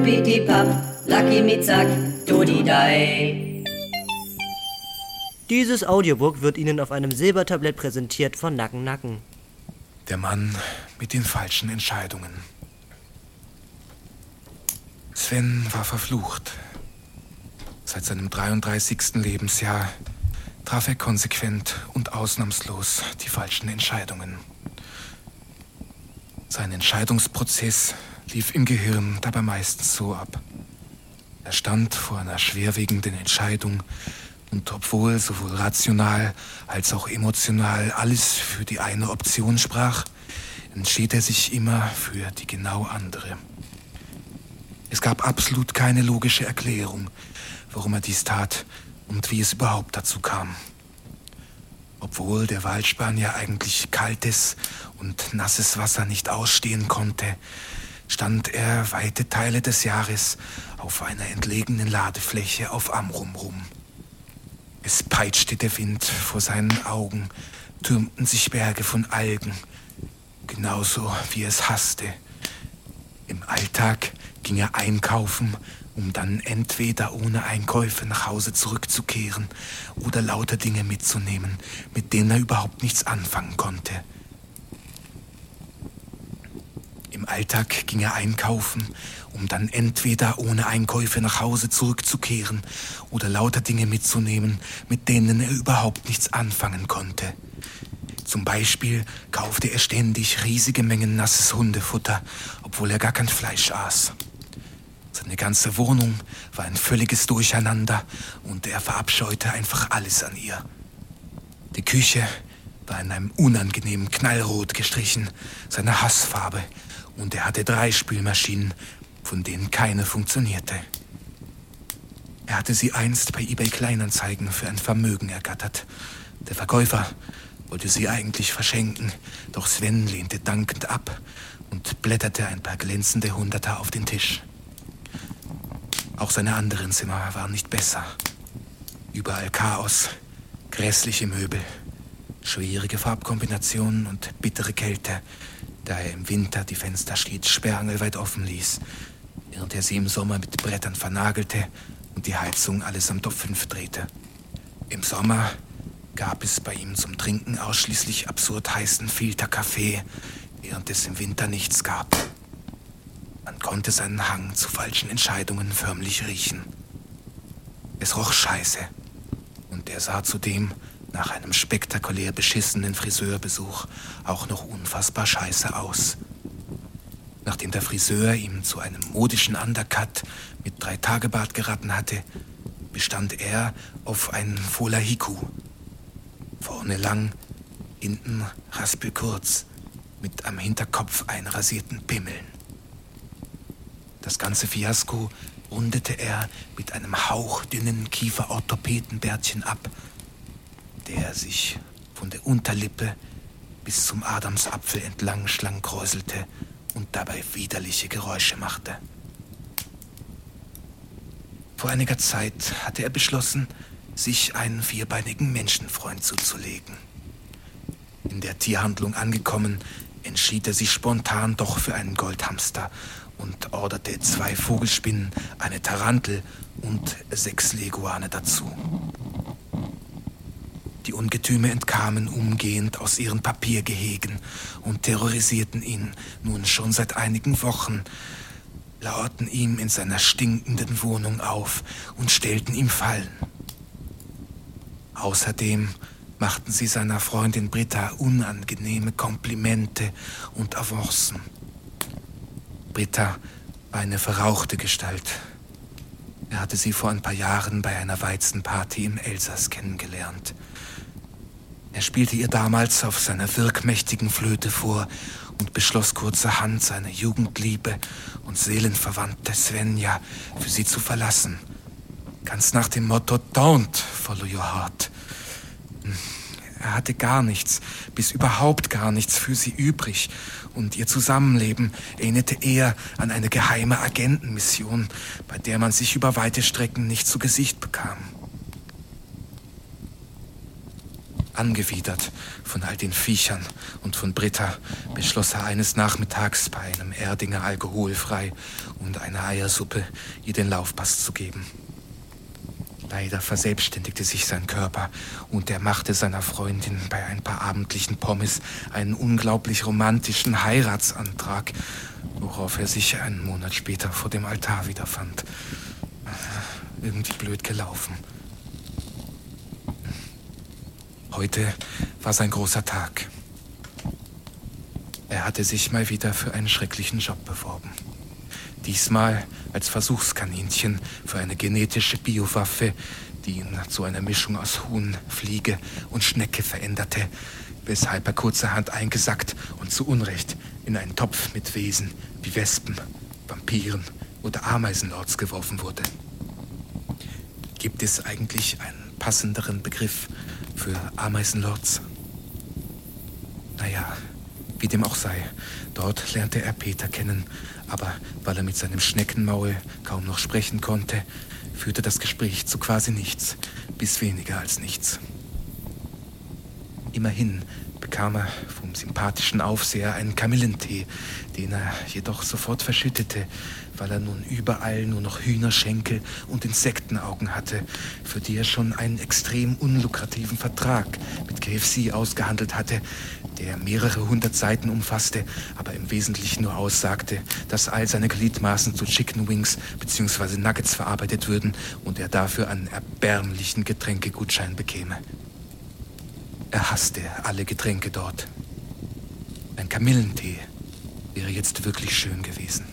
Schnuppidi-Papp, Lucky Mitzak, Dodi-Dei. Dieses Audiobook wird Ihnen auf einem Silbertablett präsentiert von Nacken Nacken. Der Mann mit den falschen Entscheidungen. Sven war verflucht. Seit seinem 33. Lebensjahr traf er konsequent und ausnahmslos die falschen Entscheidungen. Sein Entscheidungsprozess lief im Gehirn dabei meistens so ab. Er stand vor einer schwerwiegenden Entscheidung und obwohl sowohl rational als auch emotional alles für die eine Option sprach, entschied er sich immer für die genau andere. Es gab absolut keine logische Erklärung, warum er dies tat und wie es überhaupt dazu kam. Obwohl der Waldspanier eigentlich kaltes und nasses Wasser nicht ausstehen konnte, stand er weite Teile des Jahres auf einer entlegenen Ladefläche auf Amrum rum. Es peitschte der Wind vor seinen Augen, türmten sich Berge von Algen, genauso wie er es hasste. Im Alltag ging er einkaufen, um dann entweder ohne Einkäufe nach Hause zurückzukehren oder lauter Dinge mitzunehmen, mit denen er überhaupt nichts anfangen konnte. Im Alltag ging er einkaufen, um dann entweder ohne Einkäufe nach Hause zurückzukehren oder lauter Dinge mitzunehmen, mit denen er überhaupt nichts anfangen konnte. Zum Beispiel kaufte er ständig riesige Mengen nasses Hundefutter, obwohl er gar kein Fleisch aß. Seine ganze Wohnung war ein völliges Durcheinander und er verabscheute einfach alles an ihr. Die Küche war in einem unangenehmen Knallrot gestrichen, seine Hassfarbe, und er hatte 3 Spülmaschinen, von denen keine funktionierte. Er hatte sie einst bei eBay Kleinanzeigen für ein Vermögen ergattert. Der Verkäufer wollte sie eigentlich verschenken, doch Sven lehnte dankend ab und blätterte ein paar glänzende Hunderter auf den Tisch. Auch seine anderen Zimmer waren nicht besser. Überall Chaos, grässliche Möbel, schwierige Farbkombinationen und bittere Kälte, da er im Winter die Fenster stets sperrangelweit offen ließ, während er sie im Sommer mit Brettern vernagelte und die Heizung allesamt auf 5 drehte. Im Sommer gab es bei ihm zum Trinken ausschließlich absurd heißen Filterkaffee, während es im Winter nichts gab. Man konnte seinen Hang zu falschen Entscheidungen förmlich riechen. Es roch scheiße und er sah zudem nach einem spektakulär beschissenen Friseurbesuch auch noch unfassbar scheiße aus. Nachdem der Friseur ihm zu einem modischen Undercut mit 3-Tage-Bart geraten hatte, bestand er auf einen Folahiku. Vorne lang, hinten raspelkurz, mit am Hinterkopf einrasierten Pimmeln. Das ganze Fiasko rundete er mit einem hauchdünnen Kieferorthopädenbärtchen ab, der sich von der Unterlippe bis zum Adamsapfel entlang schlankkräuselte und dabei widerliche Geräusche machte. Vor einiger Zeit hatte er beschlossen, sich einen 4-beinigen Menschenfreund zuzulegen. In der Tierhandlung angekommen, entschied er sich spontan doch für einen Goldhamster und orderte 2 Vogelspinnen, eine Tarantel und 6 Leguane dazu. Die Ungetüme entkamen umgehend aus ihren Papiergehegen und terrorisierten ihn nun schon seit einigen Wochen, lauerten ihm in seiner stinkenden Wohnung auf und stellten ihm Fallen. Außerdem machten sie seiner Freundin Britta unangenehme Komplimente und Avancen. Britta war eine verrauchte Gestalt. Er hatte sie vor ein paar Jahren bei einer Weizenparty im Elsass kennengelernt. Er spielte ihr damals auf seiner wirkmächtigen Flöte vor und beschloss kurzerhand, seine Jugendliebe und seelenverwandte Svenja für sie zu verlassen. Ganz nach dem Motto "Don't follow your heart". Er hatte gar nichts, bis überhaupt gar nichts für sie übrig und ihr Zusammenleben erinnerte eher an eine geheime Agentenmission, bei der man sich über weite Strecken nicht zu Gesicht bekam. Angewidert von all den Viechern und von Britta beschloss er eines Nachmittags bei einem Erdinger alkoholfrei und einer Eiersuppe ihr den Laufpass zu geben. Leider verselbstständigte sich sein Körper und er machte seiner Freundin bei ein paar abendlichen Pommes einen unglaublich romantischen Heiratsantrag, worauf er sich einen Monat später vor dem Altar wiederfand. Irgendwie blöd gelaufen. Heute war sein großer Tag. Er hatte sich mal wieder für einen schrecklichen Job beworben. Diesmal als Versuchskaninchen für eine genetische Biowaffe, die ihn zu einer Mischung aus Huhn, Fliege und Schnecke veränderte, weshalb er kurzerhand eingesackt und zu Unrecht in einen Topf mit Wesen wie Wespen, Vampiren oder Ameisenlords geworfen wurde. Gibt es eigentlich einen passenderen Begriff für Ameisenlords? Naja, wie dem auch sei, dort lernte er Peter kennen, aber weil er mit seinem Schneckenmaul kaum noch sprechen konnte, führte das Gespräch zu quasi nichts, bis weniger als nichts. Immerhin bekam er vom sympathischen Aufseher einen Kamillentee, den er jedoch sofort verschüttete, weil er nun überall nur noch Hühnerschenkel und Insektenaugen hatte, für die er schon einen extrem unlukrativen Vertrag mit KFC ausgehandelt hatte, der mehrere hundert Seiten umfasste, aber im Wesentlichen nur aussagte, dass all seine Gliedmaßen zu Chicken Wings bzw. Nuggets verarbeitet würden und er dafür einen erbärmlichen Getränkegutschein bekäme. Er hasste alle Getränke dort. Ein Kamillentee wäre jetzt wirklich schön gewesen.